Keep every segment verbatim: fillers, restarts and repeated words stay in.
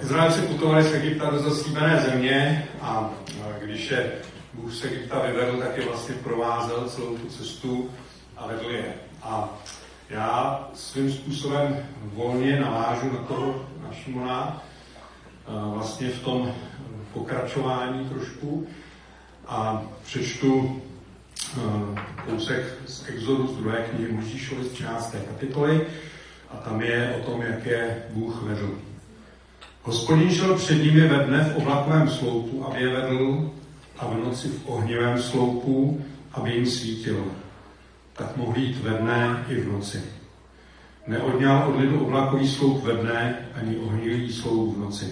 Izraelci putovali z Egypta do zaslíbené země a když je Bůh z Egypta vyvedl, tak je vlastně provázel celou tu cestu a vedl je. A já svým způsobem volně navážu na toho na Šimona, vlastně v tom pokračování trošku a přečtu kousek z Exodu, z druhé knihy Mojžíšovy z třinácté kapitoly a tam je o tom, jak je Bůh vedl. Hospodin šel před nimi ve dne v oblakovém sloupu, aby je vedl, a v noci v ohnivém sloupu, aby jim svítil. Tak mohli jít ve dne i v noci. Neodňal od lidu oblakový sloup ve dne, ani ohnivý sloup v noci.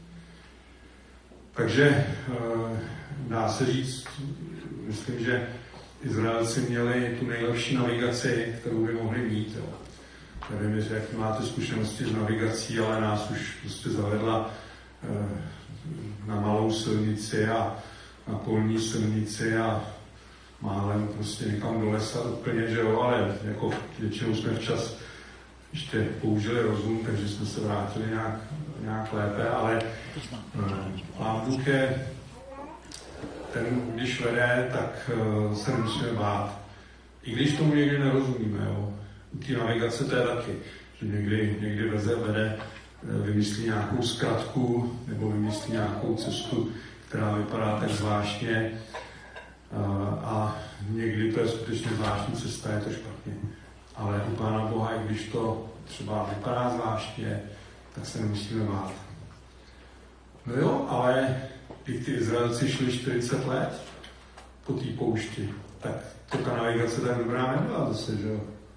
Takže dá se říct, myslím, že Izraelci měli tu nejlepší navigaci, kterou by mohli mít. Jo. Nevím, jestli jak máte zkušenosti s navigací, ale nás už prostě zavedla na malou silnici a na polní silnici a málem prostě někam do lesa úplně, že jo, ale jako většinou jsme včas ještě použili rozum, takže jsme se vrátili nějak, nějak lépe, ale Pán Bůh je ten, když vede, tak se nemusíme bát. I když tomu někdy nerozumíme, jo. U té navigace to je taky, že někdy, někdy veze vede, vymyslí nějakou zkratku nebo vymyslí nějakou cestu, která vypadá tak zvláštně a někdy to je skutečně zvláštní cesta, je to špatně. Ale u Pána Boha, i když to třeba vypadá zvláštně, tak se nemusíme bát. No jo, ale i ty Izraelci šli čtyřicet let po té poušti, tak to ta navigace tak dobrá nebyla zase, že jo?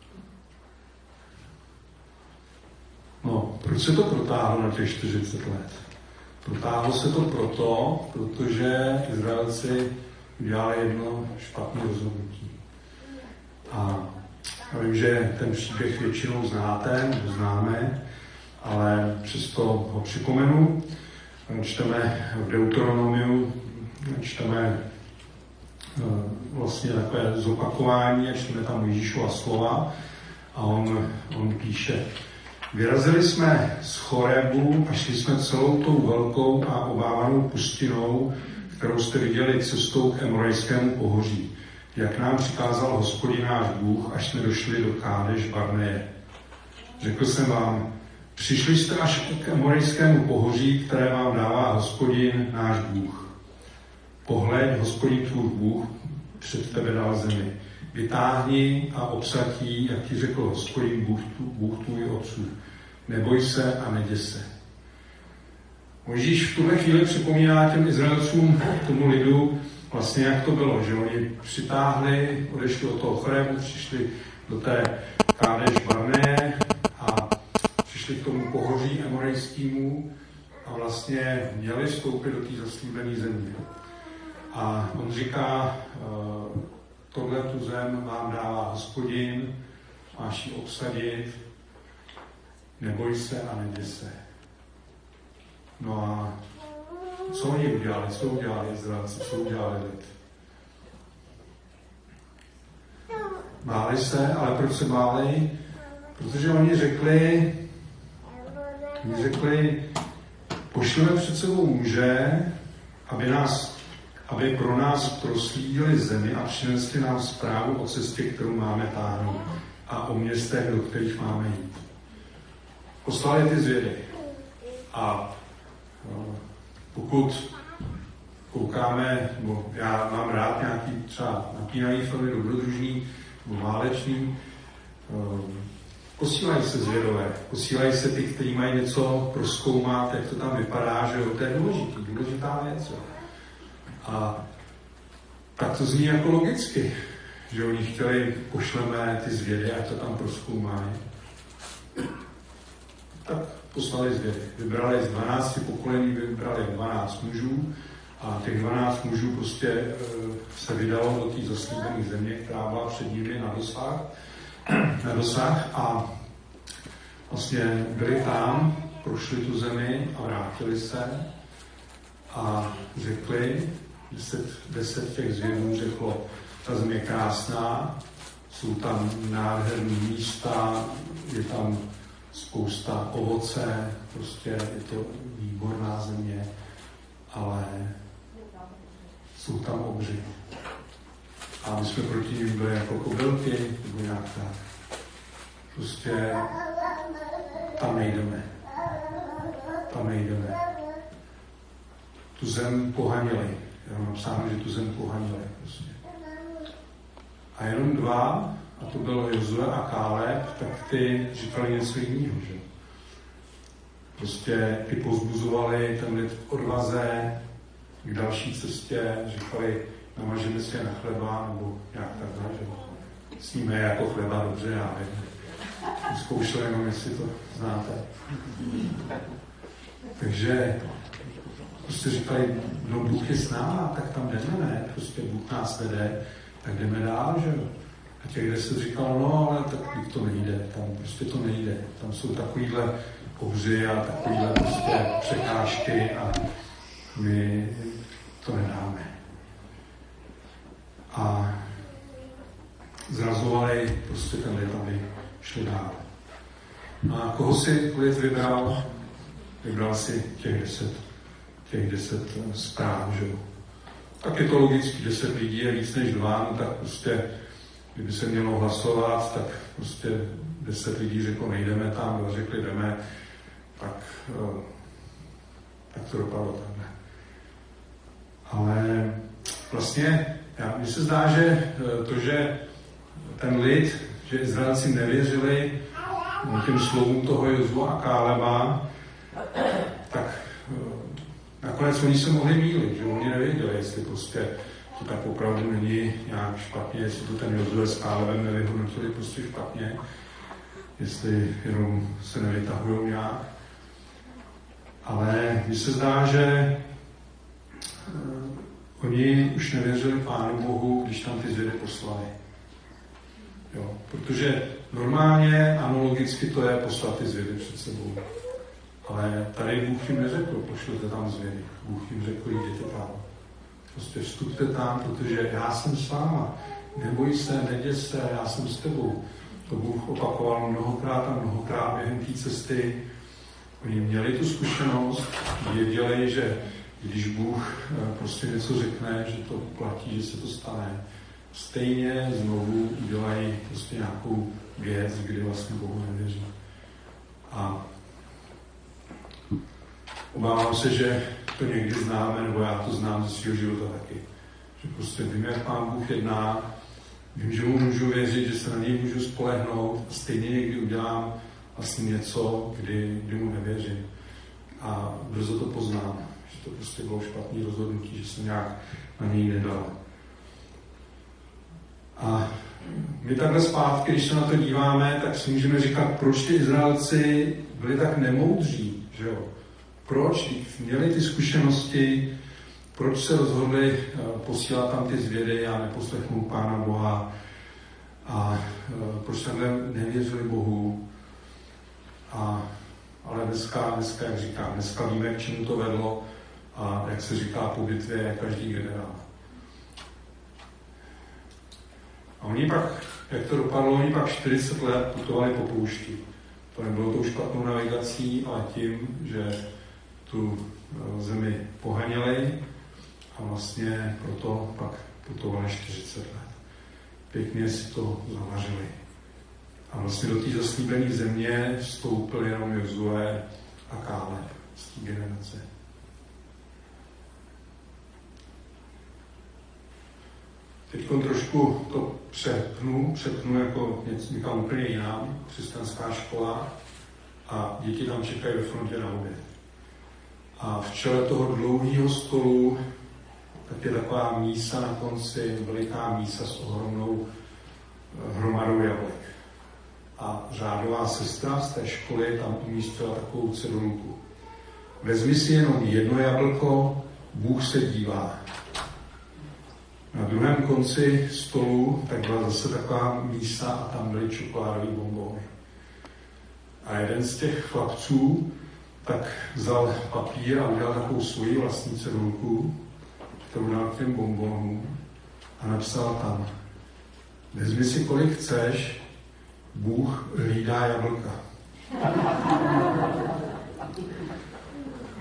No, proč se to protáhlo na těch čtyřicet let? Protáhlo se to proto, protože Izraelci udělali jedno špatné rozhodnutí. A já vím, že ten příběh většinou znáte, známe, ale přesto ho připomenu. Čteme v Deuteronomiu, čteme vlastně takové zopakování, čteme tam Ježíšova slova a on, on píše: Vyrazili jsme z Chorebu a šli jsme celou tou velkou a obávanou pustinou, kterou jste viděli cestou k Emorejskému pohoří, jak nám přikázal Hospodin náš Bůh, až jsme došli do Kádeš Barneje. Řekl jsem vám, přišli jste až k Emorejskému pohoří, které vám dává Hospodin náš Bůh. Pohleď, Hospodin tvůj Bůh před tebe dal zemi. Vytáhni a obsadí, jak ti řekl Hospodin Bůh, Bůh tvůj otců. Neboj se a neděs se. Mojžíš v tuhle chvíli připomíná těm Izraelcům, tomu lidu, vlastně jak to bylo, že oni přitáhli, odešli od toho Chorebu, přišli do té Kádeš Barneje a přišli k tomu pohoří Emorejskému a vlastně měli vstoupit do té zaslíbené země. A on říká, tohle tu zem vám dává Hospodin, máš ji obsadit, neboj se a neděs se. No a co oni udělali? Co udělali Izraelci? Co udělali lid? Báli se, ale proč se báli? Protože oni řekli, oni řekli, pošleme před sebou muže, aby, nás, aby pro nás proslídili zemi a přinesli nám zprávu o cestě, kterou máme táhnout a o městech, do kterých máme jít. Poslali ty zvědy. A pokud koukáme, nebo já mám rád nějaký třeba napínavý filmy, dobrodružný nebo válečný, posílají se zvědové, posílají se ty, kteří mají něco prozkoumat, jak to tam vypadá, že jo, to je důležitý, důležitá věc. Jo. A tak to zní jako logicky, že oni chtěli, pošleme ty zvědy, ať to tam prozkoumají. Tak poslali zvědy. Vybrali z dvanácti pokolení, vybrali dvanáct mužů a těch dvanáct mužů prostě e, se vydalo do té zaslíbené země, která byla před nimi na dosah, na dosah a vlastně byli tam, prošli tu zemi a vrátili se a řekli, deset, deset těch zvědů řeklo, ta země je krásná, jsou tam nádherné místa, je tam spousta ovoce, prostě je to výborné. proti, nebo nějak tak. Prostě tam nejdeme. Tam nejdeme. Tu zem pohanili. Já mám napsáno, že tu zem pohanili. Prostě. A jenom dva, a to bylo Jozue a Káleb, tak ty říkali něco jiného, že? Prostě ty povzbuzovali ten lid v odvaze k další cestě, říkali, namažeme si je na chleba, nebo nějak takhle, že sníme jako chleba, dobře, já vím. Zkoušel jenom, jestli to znáte. Takže prostě říkali, no Bůh je s náma, tak tam jdeme, ne? Prostě Bůh nás vede, tak jdeme dál, že jo? A těch deset říkalo, no ale tak to nejde, tam prostě to nejde. Tam jsou takovýhle obři a takovýhle prostě překážky a my to nedáme. A zrazovali prostě ten lid, aby šli dál. No a koho si lid vybral? Vybral si těch deset, těch deset zpráv, že jo. Tak je to logicky, deset lidí je víc než dva, no tak prostě, kdyby se mělo hlasovat, tak prostě deset lidí řeklo, nejdeme tam, dva řekli, jdeme, tak, tak to dopadlo takhle. Ale vlastně, mně se zdá, že to, že ten lid, že Izraelci nevěřili těm slovům toho Jozua a Káleba, tak nakonec oni se mohli mýlit, že oni nevěděli, jestli prostě to tak opravdu není nějak špatně, jestli to ten Jozue s Kálebem nevyhodnotili prostě špatně, jestli jenom se nevytahujou nějak. Ale mně se zdá, že uh, oni už nevěřili Pánu Bohu, když tam ty zvědy poslali. Jo, protože normálně, analogicky to je poslat ty zvědy před sebou. Ale tady Bůh jim neřekl, pošlete tam zvědy. Bůh jim řekl, jděte tam. Prostě vstupte tam, protože já jsem s váma. Neboj se, neděs se, já jsem s tebou. To Bůh opakoval mnohokrát a mnohokrát během té cesty. Oni měli tu zkušenost, věděli, že když Bůh prostě něco řekne, že to platí, že se to stane, stejně znovu udělají prostě nějakou věc, kdy vlastně Bohu nevěří. A obávám se, že to někdy známe, nebo já to znám ze svého života taky. Že prostě vím, jak Pán Bůh jedná, vím, že mu můžu věřit, že se na něj můžu spolehnout a stejně někdy udělám vlastně něco, kdy, kdy mu nevěřím. A brzo to poznám, že to prostě bylo špatné rozhodnutí, že jsem nějak na něj nedal. A my takhle zpátky, když se na to díváme, tak si můžeme říkat, proč ty Izraelci byli tak nemoudří, že jo? Proč měli ty zkušenosti, proč se rozhodli posílat tam ty zvědy a neposlechnout Pána Boha a proč takhle nevěřili Bohu. A, ale dneska, dneska, jak říkám, dneska víme, k čemu to vedlo a jak se říká po bitvě, je každý generál. A oni pak, jak to dopadlo, oni pak čtyřicet let putovali po poušti. To nebylo tou špatnou navigací, ale tím, že tu zemi pohanili a vlastně proto pak putovali čtyřicet let. Pěkně si to zavařili. A vlastně do té zaslíbené země vstoupil jenom Jozue a Káleb z té generace. Teď trošku to přepnu, přepnu jako něco někam úplně jinam, křesťanská škola a děti tam čekají ve frontě na oběd. A v čele toho dlouhého stolu tak je taková mísa na konci, veliká mísa s ohromnou hromadou jablek. A řádová sestra z té školy tam umístila takovou cedulku. Vezmi si jenom jedno jablko, Bůh se dívá. Na druhém konci stolu tak byla zase taková mísa a tam byly čokoládové bonbony. A jeden z těch chlapců tak vzal papír a udělal takovou svoji vlastní cedulku, kterou dal k těm bonbonům a napsal tam: vezmi si kolik chceš, Bůh hlídá jablka.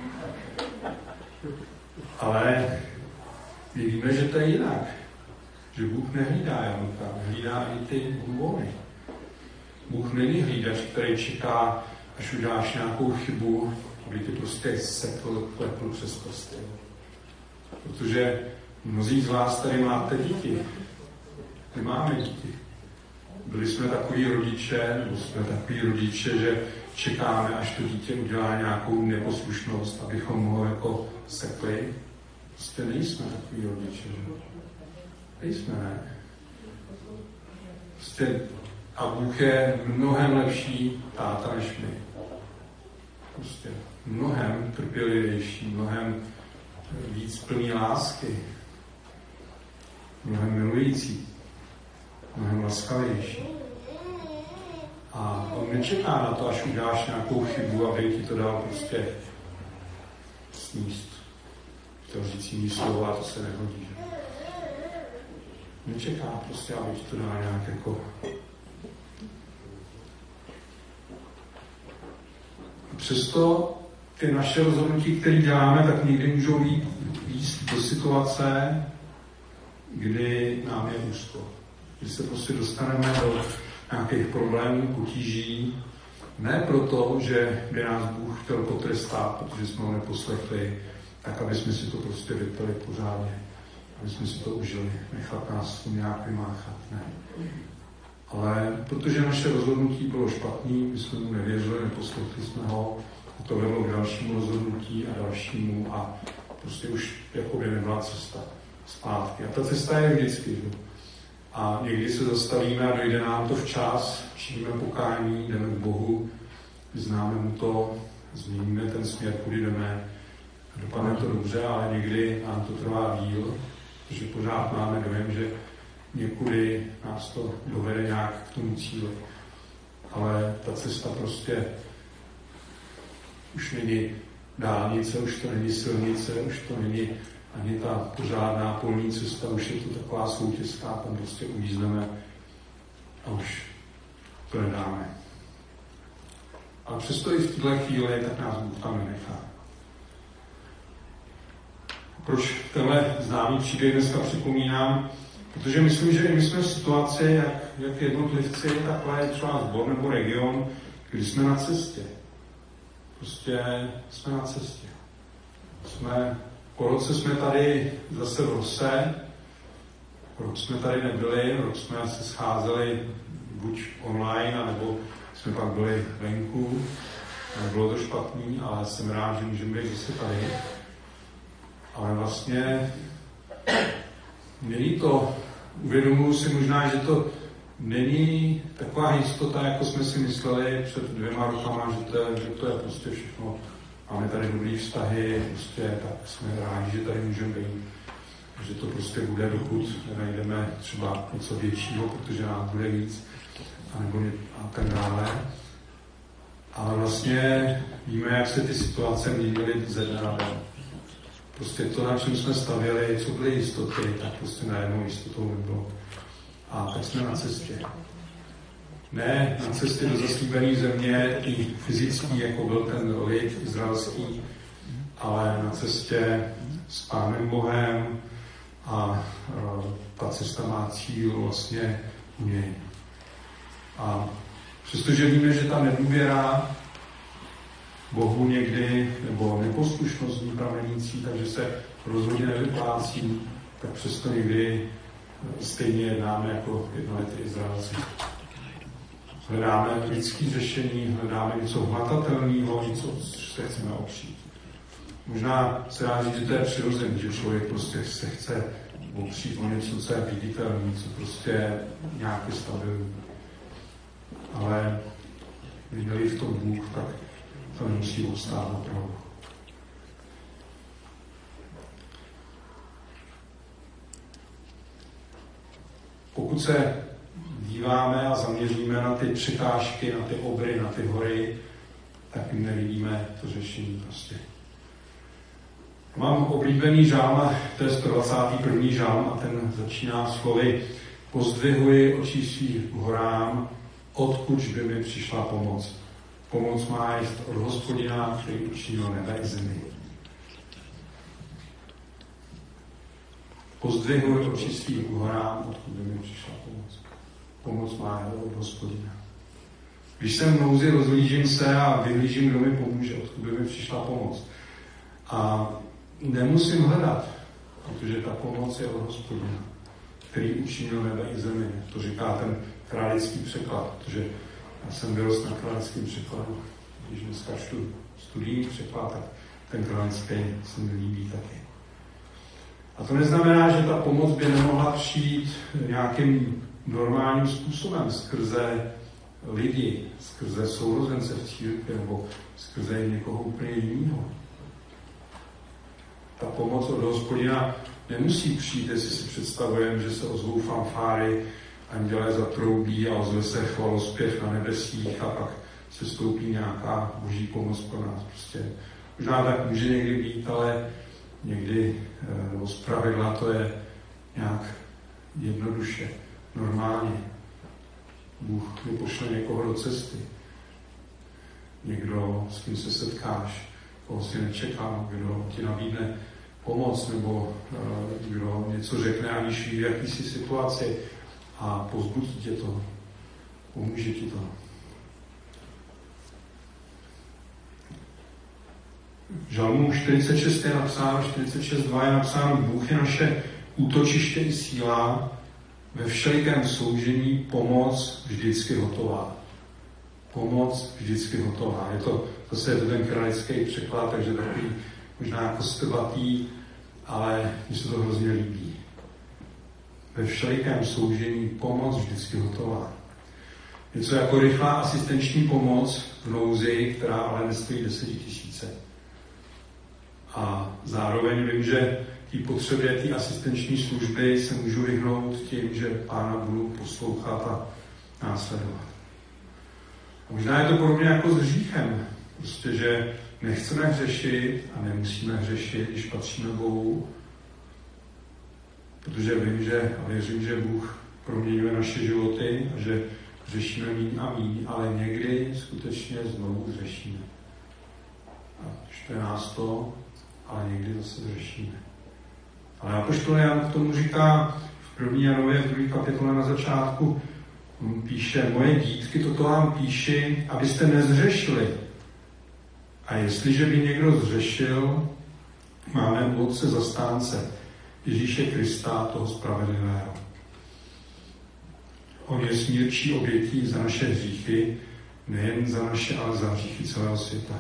Ale my víme, že to je jinak. že Bůh nehlídá jablka, hlídá i ty bombony. Bůh není hlídač, který čeká, až uděláš nějakou chybu, aby ti prostě sekl, klepl přes prsty. Protože mnozí z vás tady máte děti. My máme děti. Byli jsme takový rodiče, nebo jsme takový rodiče, že čekáme, až to dítě udělá nějakou neposlušnost, abychom ho jako sekli. Prostě nejsme takový rodiče, že? Nejsme, ne? Prostě a Bůh je mnohem lepší táta než my. Prostě mnohem trpělivější, mnohem víc plný lásky, mnohem milující, mnohem laskavější. A on nečeká na to, až uděláš nějakou chybu, aby ti to dal prostě sníst. Chtěl říct jiný slovo, a to se nehodí. Že? Nečeká prostě, aby ti to dal nějak jako... Přesto ty naše rozhodnutí, které děláme, tak někdy můžou jít, jít do situace, kdy nám je úzko. Kdy se prostě dostaneme do nějakých problémů, potíží, ne proto, že by nás Bůh chtěl potrestat, protože jsme ho neposlechli, tak aby jsme si to prostě vypili pořádně, aby jsme si to užili, nechat nás to nějak vymáchat, ne. Ale protože naše rozhodnutí bylo špatný, my jsme mu nevěřili, neposlechli jsme ho, a to vedlo k dalšímu rozhodnutí a dalšímu a prostě už jakoby nebyla cesta zpátky. A ta cesta je vždycky, že? A někdy se zastavíme a dojde nám to včas, činíme pokání, jdeme k Bohu, vyznáme mu to, změníme ten směr, kudy jdeme, dopadne to dobře, ale někdy nám to trvá díl, protože pořád máme dojem, že někudy nás to dovede nějak k tomu cíli. Ale ta cesta prostě už není dálnice, už to není silnice, už to není ani ta pořádná polní cesta, už je to taková soutězka, tam prostě uvízneme a už to nedáme. A přesto i v této chvíli tak nás Bůh tam nenechá. Proč tenhle známý příběh dneska připomínám? Protože myslím, že my jsme v situaci, jak, jak jednotlivci, takhle třeba sbor nebo region, kdy jsme na cestě. Prostě jsme na cestě. Jsme, po roce jsme tady zase v Rose, rok jsme tady nebyli, rok jsme se scházeli buď online, nebo jsme pak byli venku. Nebylo to špatný, ale jsem rád, že můžeme být zase tady. Ale vlastně není to, uvědomuji si možná, že to není taková jistota, jako jsme si mysleli před dvěma rokama, že to je, že to je prostě všechno. Máme tady dobrý vztahy, prostě tak jsme rádi, že tady můžeme být. Že to prostě bude, dokud nenajdeme třeba něco většího, protože nás bude víc, anebo a tak dále. Ale vlastně víme, jak se ty situace měnily ze dne na den. Prostě to, na čem jsme stavěli, co byly jistoty, tak prostě najednou jistotou nebylo. A tak jsme na cestě. Ne na cestě do zaslíbené země, i fyzický, jako byl ten lid izraelský, ale na cestě s Pánem Bohem a, a ta cesta má cíl vlastně u něj. A přestože víme, že ta nedůvěra Bohu někdy, nebo neposlušnost ní pramenící, takže se rozhodně nevyplácí, tak přesto někdy stejně jednáme jako jednoletí Izraelci. Hledáme lidské řešení, hledáme něco hmatatelného, něco, co se chceme opřít. Možná se dá říct, že to je přirozené, že člověk prostě se chce opřít o něco, co je viditelné, co prostě je nějaké stabilní. Ale když v tom Bůh, tak to nemusí ustát opravdu. Pokud se díváme a zaměříme na ty překážky, na ty obry, na ty hory, tak nevidíme to řešení prostě. Mám oblíbený žálm, to je sto dvacátý první žálm a ten začíná slovy: Pozdvihuji oči svých k horám, odkud by mi přišla pomoc. Pomoc má jít od Hospodina, který učinil nebe i zemi. Pozdvihuj oči svých k horám, odkud by mi přišla pomoc. Pomoc má od Hospodina. Když jsem v nouzi, rozhlížím se a vyhlížím, kdo mi pomůže, odkud by mi přišla pomoc. A nemusím hledat, protože ta pomoc je od Hospodina, který učinil nebe i zemi. To říká ten králický překlad, protože já jsem vyrost na králickém překladu. Když dneska čtu studijní překlad, tak ten králický se mi líbí taky. A to neznamená, že ta pomoc by nemohla přijít nějakým normálním způsobem, skrze lidi, skrze sourozence v církvi nebo skrze někoho úplně jiného. Ta pomoc od Hospodina nemusí přijít, jestli si představujeme, že se ozvou fanfáry, andělé zatroubí a ozve se chvalospěv na nebesích a pak se stoupí nějaká boží pomoc pro nás. Prostě možná tak může někdy být, ale někdy nebo zpravidla to je nějak jednoduše, normálně. Bůh mi pošle někoho do cesty. Někdo, s kým se setkáš, koho si nečekal, kdo ti nabídne pomoc, nebo uh, kdo něco řekne, aniž ví, v jaký jsi situaci a povzbudí tě to, pomůže ti to. V Žalmu čtyřicet šest je napsáno, čtyřicet šest dva je napsáno, Bůh je naše útočiště i síla, ve všelikém soužení pomoc vždycky hotová. Pomoc vždycky hotová. Je to zase je to ten kralický překlad, takže takový možná jako strbatý, ale mně se to hrozně líbí. Ve všelikém soužení pomoc vždycky hotová. Něco jako rychlá asistenční pomoc v nouzi, která ale nestojí desetitisíce. A zároveň vím, že té potřebě té asistenční služby se můžu vyhnout tím, že Pána budu poslouchat a následovat. A možná je to podobně jako s hříchem. Prostě, že nechceme hřešit a nemusíme hřešit, když patříme Bohu. Protože vím, že a věřím, že Bůh proměňuje naše životy a že hřešíme míň a míň, ale někdy skutečně znovu hřešíme. A štve nás to, ale někdy zase hřešíme. Ale apoštol Jan k tomu říká v první Janově, v druhé kapitole na začátku, on píše, moje dítky, toto vám píši, abyste nezřešili. A jestliže by někdo zřešil, máme u Otce zastánce Ježíše Krista, toho spravedlivého. On je smírčí obětí za naše hříchy, nejen za naše, ale za hříchy celého světa.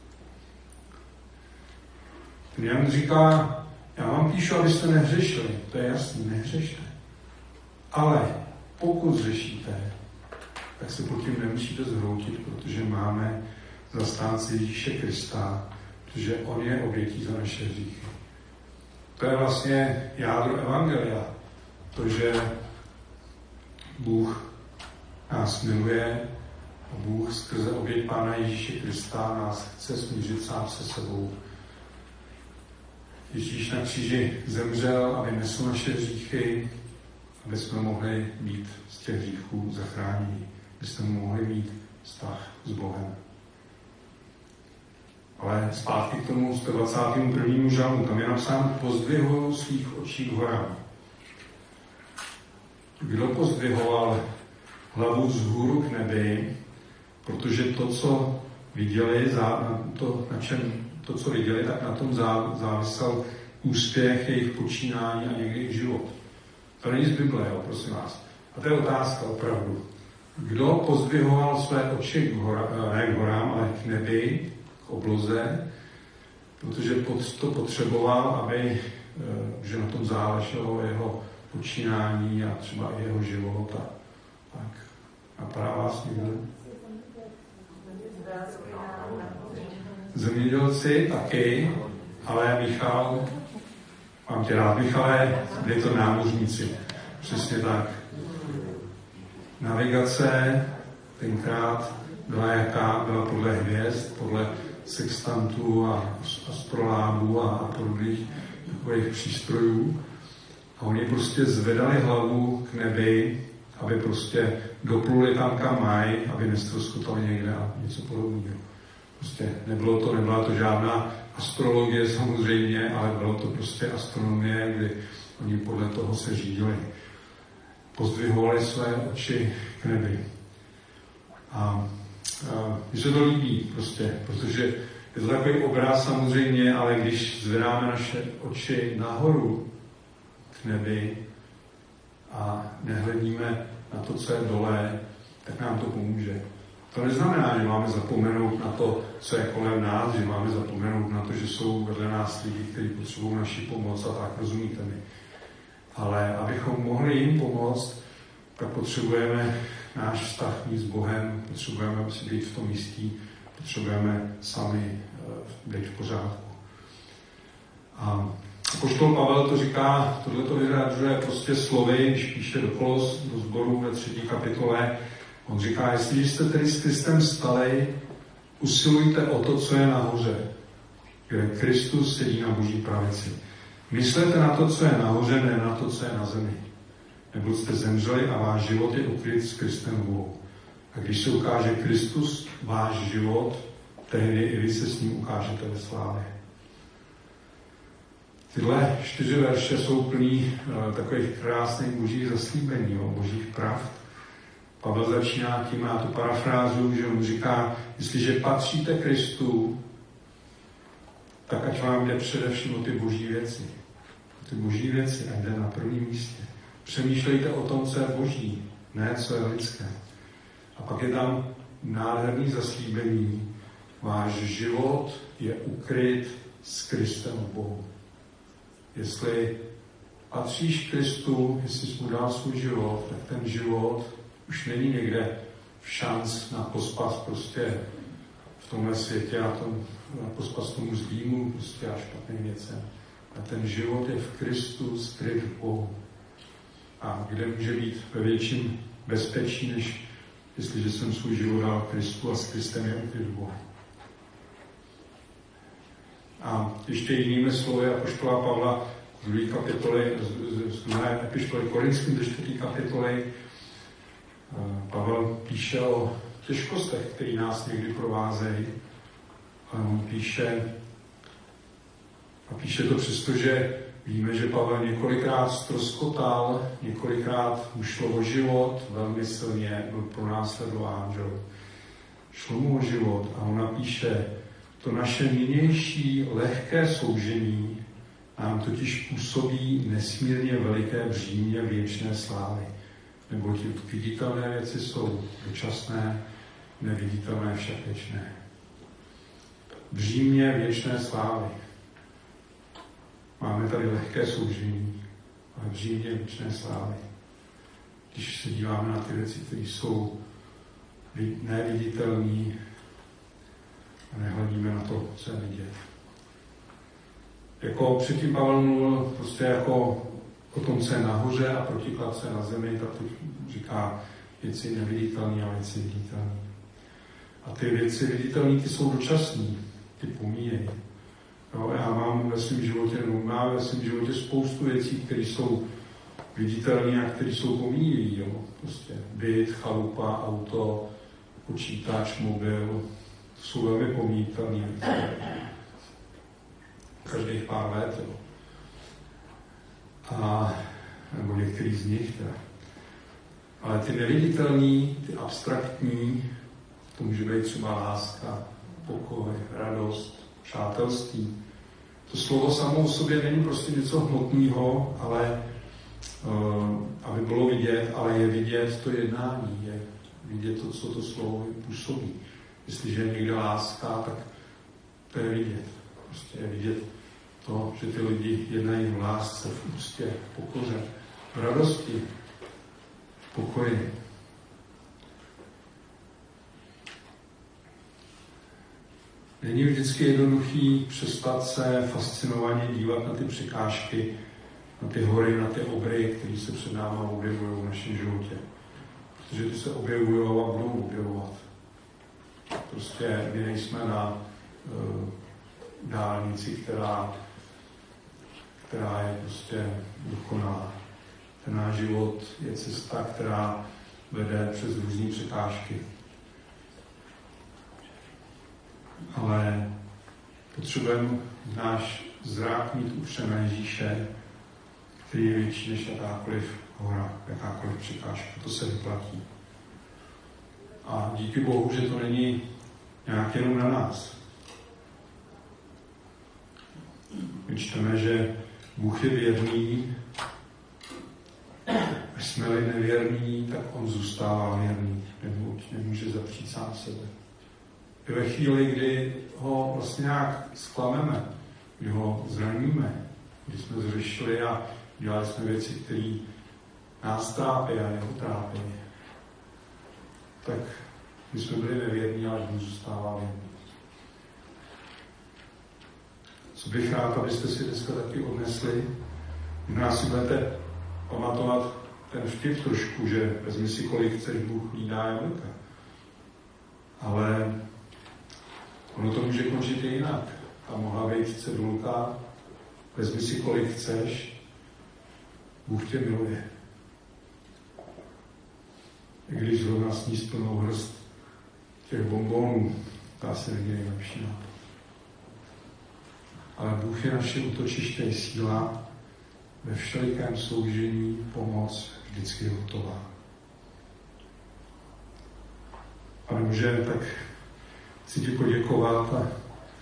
Ten Jan říká, já vám píšu, abyste nehřešili. To je jasný, nehřešte. Ale pokud zřešíte, tak se pod tím nemusíte zhroutit, protože máme zastánce Ježíše Krista, protože on je obětí za naše hříchy. To je vlastně jádro evangelia. To, že Bůh nás miluje a Bůh skrze oběť Pána Ježíše Krista nás chce smířit sám se sebou. Ježíš na kříži zemřel, aby nesl naše hříchy, aby jsme mohli být z těch hříchů zachráněni, aby jsme mohli mít vztah s Bohem. Ale zpátky k tomu sto dvacátému prvnímu žalmu, tam je napsáno, pozdvihuju svých očí k horám. Kdo pozdvihoval hlavu vzhůru k nebi, protože to, co viděli, to, na čem, to, co viděli, tak na tom závisel úspěch jejich počínání a někdy i život. To není z Bible, jo, prosím vás. A to je otázka opravdu. Kdo pozdvihoval své oči k, hora, ne k horám, ale k nebi, k obloze, protože to potřeboval, aby, že na tom záleželo jeho počínání a třeba i jeho život. A tak. Napadá vás někdo? Zemědělci taky, ale Michal, mám tě rád, Michale, byli to námořníci. Přesně tak. Navigace tenkrát byla jaká? Byla podle hvězd, podle sextantů a astrolábů a podobných takových přístrojů. A oni prostě zvedali hlavu k nebi, aby prostě dopluli tam, kam mají, aby neztroskotali někde a něco podobného. Prostě nebylo to, nebyla to žádná astrologie samozřejmě, ale bylo to prostě astronomie, kdy Oni podle toho se řídili. Pozdvihovali své oči k nebi. A, a mně se to líbí prostě, protože je to takový obraz samozřejmě, ale když zvedáme naše oči nahoru k nebi a nehledíme na to, co je dole, tak nám to pomůže. To neznamená, že máme zapomenout na to, co je kolem nás, že máme zapomenout na to, že jsou vedle nás lidi, kteří potřebují naši pomoc a tak, rozumíte mi. Ale abychom mohli jim pomoct, tak potřebujeme náš vztah mít s Bohem, potřebujeme si být v tom jistí, potřebujeme sami být v pořádku. A apoštol Pavel to říká, tohle to vyjadřuje prostě slovy, když píše do Kolos, do sboru ve třetí kapitole. On říká, jestliže jste tedy s Kristem stali, usilujte o to, co je nahoře, kde Kristus sedí na Boží pravici. Myslete na to, co je nahoře, ne na to, co je na zemi. Nebo jste zemřeli a váš život je ukryt s Kristem v Bohu. A když se ukáže Kristus, váš život, tehdy i vy se s ním ukážete ve slávě. Tyhle čtyři verše jsou plný uh, takových krásných božích zaslíbení, jo, božích pravd. Pavel začíná tím, má tu parafrázu, že on říká, jestliže patříte Kristu, tak ať vám jde především o ty boží věci. Ty boží věci ať jde na prvním místě. Přemýšlejte o tom, co je boží, ne co je lidské. A pak je tam nádherný zaslíbení. Váš život je ukryt s Kristem v Bohu. Jestli patříš Kristu, jestli jsi mu dal svůj život, tak ten život už není někde v šanc na pospas prostě v tomhle světě a tom, na pospas tomu zlýmu prostě a špatným věcem. A ten život je v Kristu skryt v Bohu. A kde může být ve větším bezpečí, než jestliže jsem svůj život dal Kristu a s Kristem je ukryt v Bohu. A ještě jinými slovy apoštola Pavla z druhé kapitoly, z druhé epištoly Korinským do čtvrté kapitoly, Pavel píše o těžkostech, které nás někdy provázejí. On píše, a píše to přesto, že víme, že Pavel několikrát ztroskotal, několikrát mu šlo o život, velmi silně byl pronásledován, že šlo mu o život. A on napíše, to naše nynější lehké soužení nám totiž působí nesmírně veliké břímě věčné slávy. Neboť viditelné věci jsou dočasné, neviditelné však věčné. Břímě věčné slávy. Máme tady lehké soužení, ale břímě věčné slávy. Když se díváme na ty věci, které jsou neviditelné a nehledíme na to, co je vidět. Jako předtím Pavel mluvil prostě jako o tom, co je nahoře a protiklad, co je na zemi, tak teď říká věci neviditelné a věci viditelné. A ty věci viditelné, ty jsou dočasné, ty pomíjejí. Jo, já mám ve svém životě, no, mám ve svém životě spoustu věcí, které jsou viditelné a které jsou pomíjejí. Jo. Prostě byt, chalupa, auto, počítač, mobil, to jsou velmi pomíjitelné. Každých pár let. Jo. A, nebo některý z nich. Teda. Ale ty neviditelný, ty abstraktní, to může být třeba láska, pokoj, radost, přátelství. To slovo samo o sobě není prostě něco hmotného, ale uh, aby bylo vidět, ale je vidět to jednání, je vidět to, co to slovo působí. Jestliže je někde láska, tak to je vidět. Prostě je vidět to, že ty lidi jednají v lásce, v úctě, v pokoře, v radosti, v pokoji. Není vždycky jednoduchý přestat se fascinovaně dívat na ty překážky, na ty hory, na ty obry, které se před náma objevují v našem životě. Protože ty se objevují a budou objevovat. Prostě my nejsme na uh, dálnici, která, která je prostě dokonalá. Ten náš život je cesta, která vede přes různé překážky. Ale potřebujeme náš zrak mít upřen na Ježíše, který je větší než jakákoliv hora, jakákoliv překážka. To se vyplatí. A díky Bohu, že to není nějak jenom na nás. My čteme, že Bůh je věrný, až jsme-li nevěrní, tak on zůstává věrný, neboť nemůže zapřít sám sebe. I ve chvíli, kdy ho vlastně nějak zklameme, kdy ho zraníme, kdy jsme zřešili a dělali jsme věci, které nás trápí a jeho trápí, tak my jsme byli nevěrní, ale on zůstává věrný. Co bych rád, abyste si dneska taky odnesli, možná si budete pamatovat ten vtip trošku, že vezmi si kolik chceš, Bůh jí dá jablka. Ale ono to může končit i jinak. A mohla být cedulka, vezmi si kolik chceš, Bůh tě miluje. I když zrovna sníst plnou hrst těch bonbonů, to asi není nejlepší nápad. Ale Bůh je naše útočiště i síla, ve všelikém sloužení pomoc vždycky hotová. A nemůže, tak chci ti poděkovat a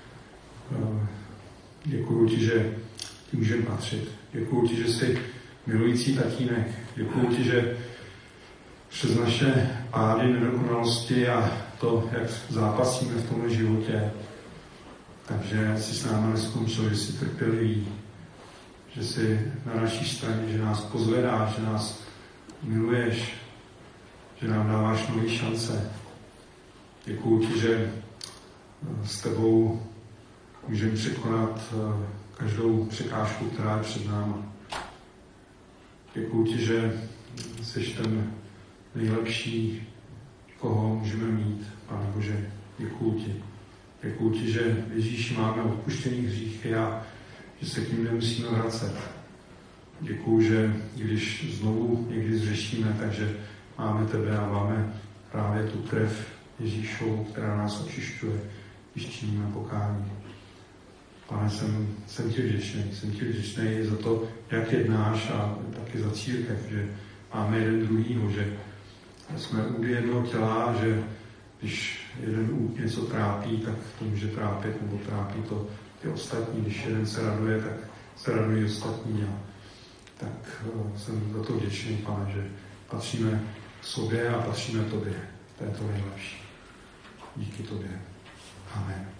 děkuju ti, že ti můžeme patřit. Děkuju ti, že jsi milující tatínek. Děkuju ti, že přes naše pády, nedokonalosti a to, jak zápasíme v tomhle životě, takže jsi s námi neskončil, že jsi trpělivý, že jsi na naší straně, že nás pozvedáš, že nás miluješ, že nám dáváš nové šance. Děkuju ti, že s tebou můžeme překonat každou překážku, která je před námi. Děkuju ti, že jsi ten nejlepší, koho můžeme mít, Pane Bože. Děkuju ti. Děkuju ti, že Ježíši máme odpuštěný hříchy a že se k ním nemusíme vracet. Děkuju, že když znovu někdy zřešíme, takže máme tebe a máme právě tu krev Ježíšovu, která nás očišťuje, když činíme pokání. Pane, jsem, jsem ti vděčný. Jsem ti vděčný za to, jak jednáš a taky za církev, že máme jeden druhýho, že jsme údy jednoho těla, že když jeden úd něco trápí, tak to může trápit, nebo trápí to ty ostatní. Když jeden se raduje, tak se radují ostatní. A tak uh, jsem za to vděčný, Pane, že patříme k sobě a patříme tobě. To je to nejlepší. Díky tobě. Amen.